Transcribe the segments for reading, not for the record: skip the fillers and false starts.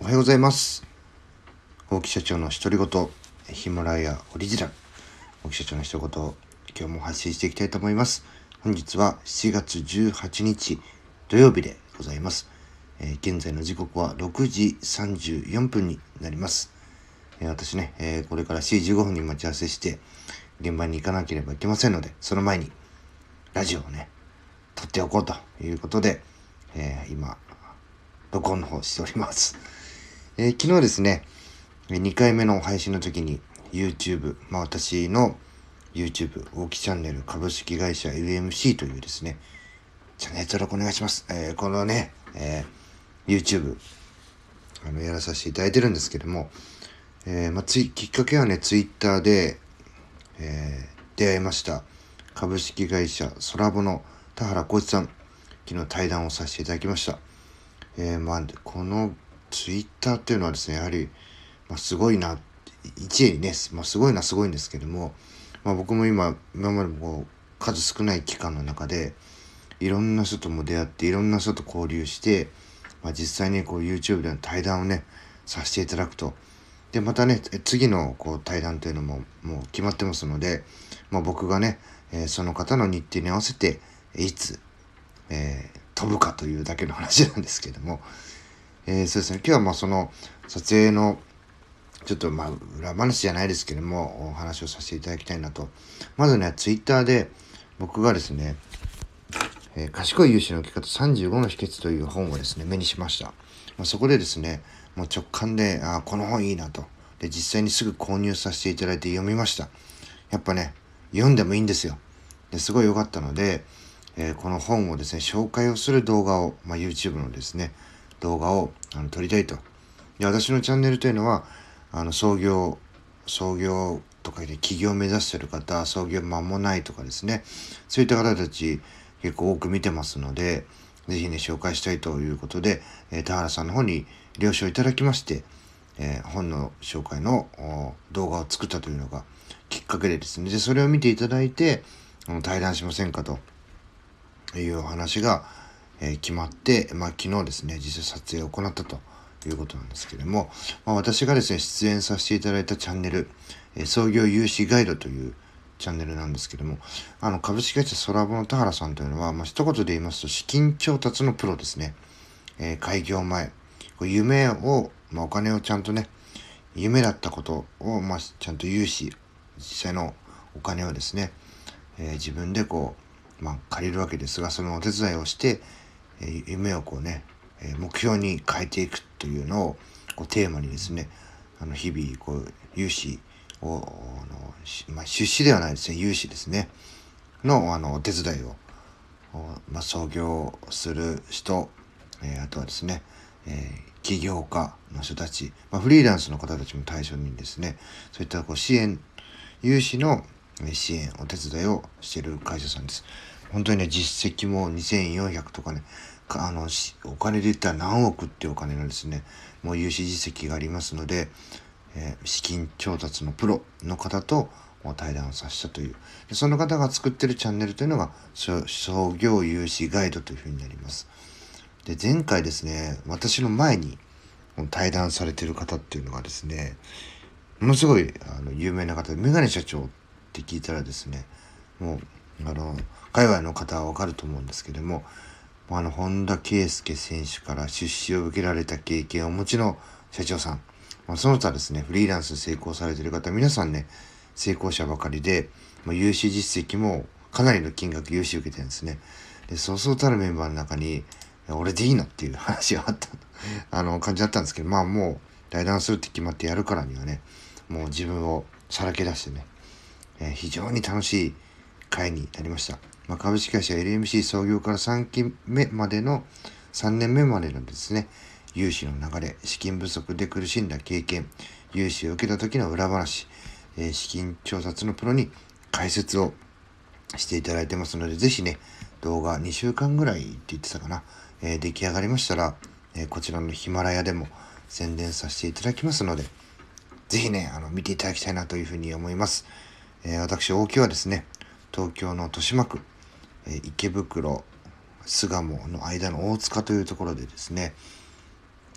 はようございます。大木社長の独り言、ヒマラヤオリジナル、大木社長の独り言、今日も発信していきたいと思います。本日は7月18日土曜日でございます。現在の時刻は6時34分になります。私ね、これから7時15分に待ち合わせして現場に行かなければいけませんので、その前にラジオをね撮っておこうということで、今録音の方しております。昨日ですね、2回目の配信の時に YouTube、私の YouTube 大木チャンネル株式会社 LMC というですね、チャンネル登録お願いします。このね、YouTube やらさせていただいてるんですけども、きっかけはね、Twitter で、出会いました株式会社ソラボの田原浩一さん、昨日対談をさせていただきました。このツイッターっていうのはですね、やはり、すごいな、一例にね、すごいんですけども、僕も今までも数少ない期間の中で、いろんな人とも出会って、いろんな人と交流して、実際にYouTube での対談をね、させていただくと。で、またね、次の対談というのももう決まってますので、僕がね、その方の日程に合わせて、いつ、飛ぶかというだけの話なんですけども、そうですね、今日はその撮影のちょっと裏話じゃないですけどもお話をさせていただきたいなと。まずね、ツイッターで僕がですね、賢い融資の受け方35の秘訣という本をですね目にしました。そこでですね、もう直感でこの本いいなと。で、実際にすぐ購入させていただいて読みました。やっぱね、読んでもいいんですよ。ですごい良かったので、この本をですね紹介をする動画を、YouTube のですね動画を撮りたいと。で、私のチャンネルというのは創業とかで起業を目指している方、創業間もないとかですね、そういった方たち結構多く見てますので、ぜひね紹介したいということで、田原さんの方に了承いただきまして、本の紹介の動画を作ったというのがきっかけでですね、でそれを見ていただいて対談しませんかというお話が、決まって、昨日ですね実際撮影を行ったということなんですけれども、私がですね出演させていただいたチャンネル、創業融資ガイドというチャンネルなんですけども、株式会社ソラボの田原さんというのは、一言で言いますと資金調達のプロですね。開業前夢を、お金をちゃんとね、夢だったことを、ちゃんと融資、実際のお金をですね、自分で借りるわけですが、そのお手伝いをして、夢を目標に変えていくというのをテーマにですね、日々融資を出資ではないですね、融資ですねのお手伝いを、創業する人、あとはですね、起業家の人たち、フリーランスの方たちも対象にですね、そういった支援、融資の支援お手伝いをしている会社さんです。本当にね、実績も2400とかね、お金で言ったら何億っていうお金のですね、もう融資実績がありますので、資金調達のプロの方と対談をさせたという、でその方が作ってるチャンネルというのが創業融資ガイドというふうになります。で、前回ですね、私の前に対談されている方っていうのがですね、ものすごい有名な方で、メガネ社長って聞いたらですね、もう海外の方はわかると思うんですけども、本田圭佑選手から出資を受けられた経験をお持ちの社長さん、その他ですね、フリーランス成功されている方、皆さんね、成功者ばかりで、融資実績もかなりの金額融資受けてるんですね。で、そうそうたるメンバーの中に、俺でいいのっていう話があった感じだったんですけど、もう対談するって決まってやるからにはね、もう自分をさらけ出してね、非常に楽しい会になりました。株式会社 LMC 創業から3期目までの3年目までのですね、融資の流れ、資金不足で苦しんだ経験、融資を受けた時の裏話、資金調達のプロに解説をしていただいてますので、ぜひね、動画2週間ぐらいって言ってたかな、出来上がりましたら、こちらのヒマラヤでも宣伝させていただきますので、ぜひね、見ていただきたいなというふうに思います。私、大木はですね、東京の豊島区、池袋、巣鴨の間の大塚というところでですね、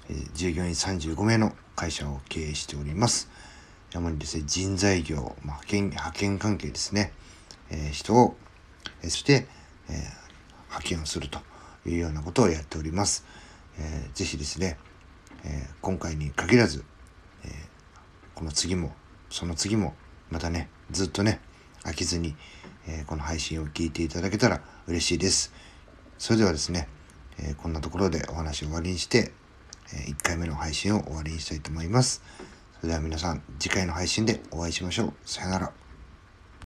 従業員35名の会社を経営しております。主にですね、人材業、派遣関係ですね、人を、そして、派遣をするというようなことをやっております。ぜひですね、今回に限らず、この次もその次もまたね、ずっとね飽きずに、この配信を聞いていただけたら嬉しいです。それではですね、こんなところでお話を終わりにして、1回目の配信を終わりにしたいと思います。それでは皆さん、次回の配信でお会いしましょう。さよなら。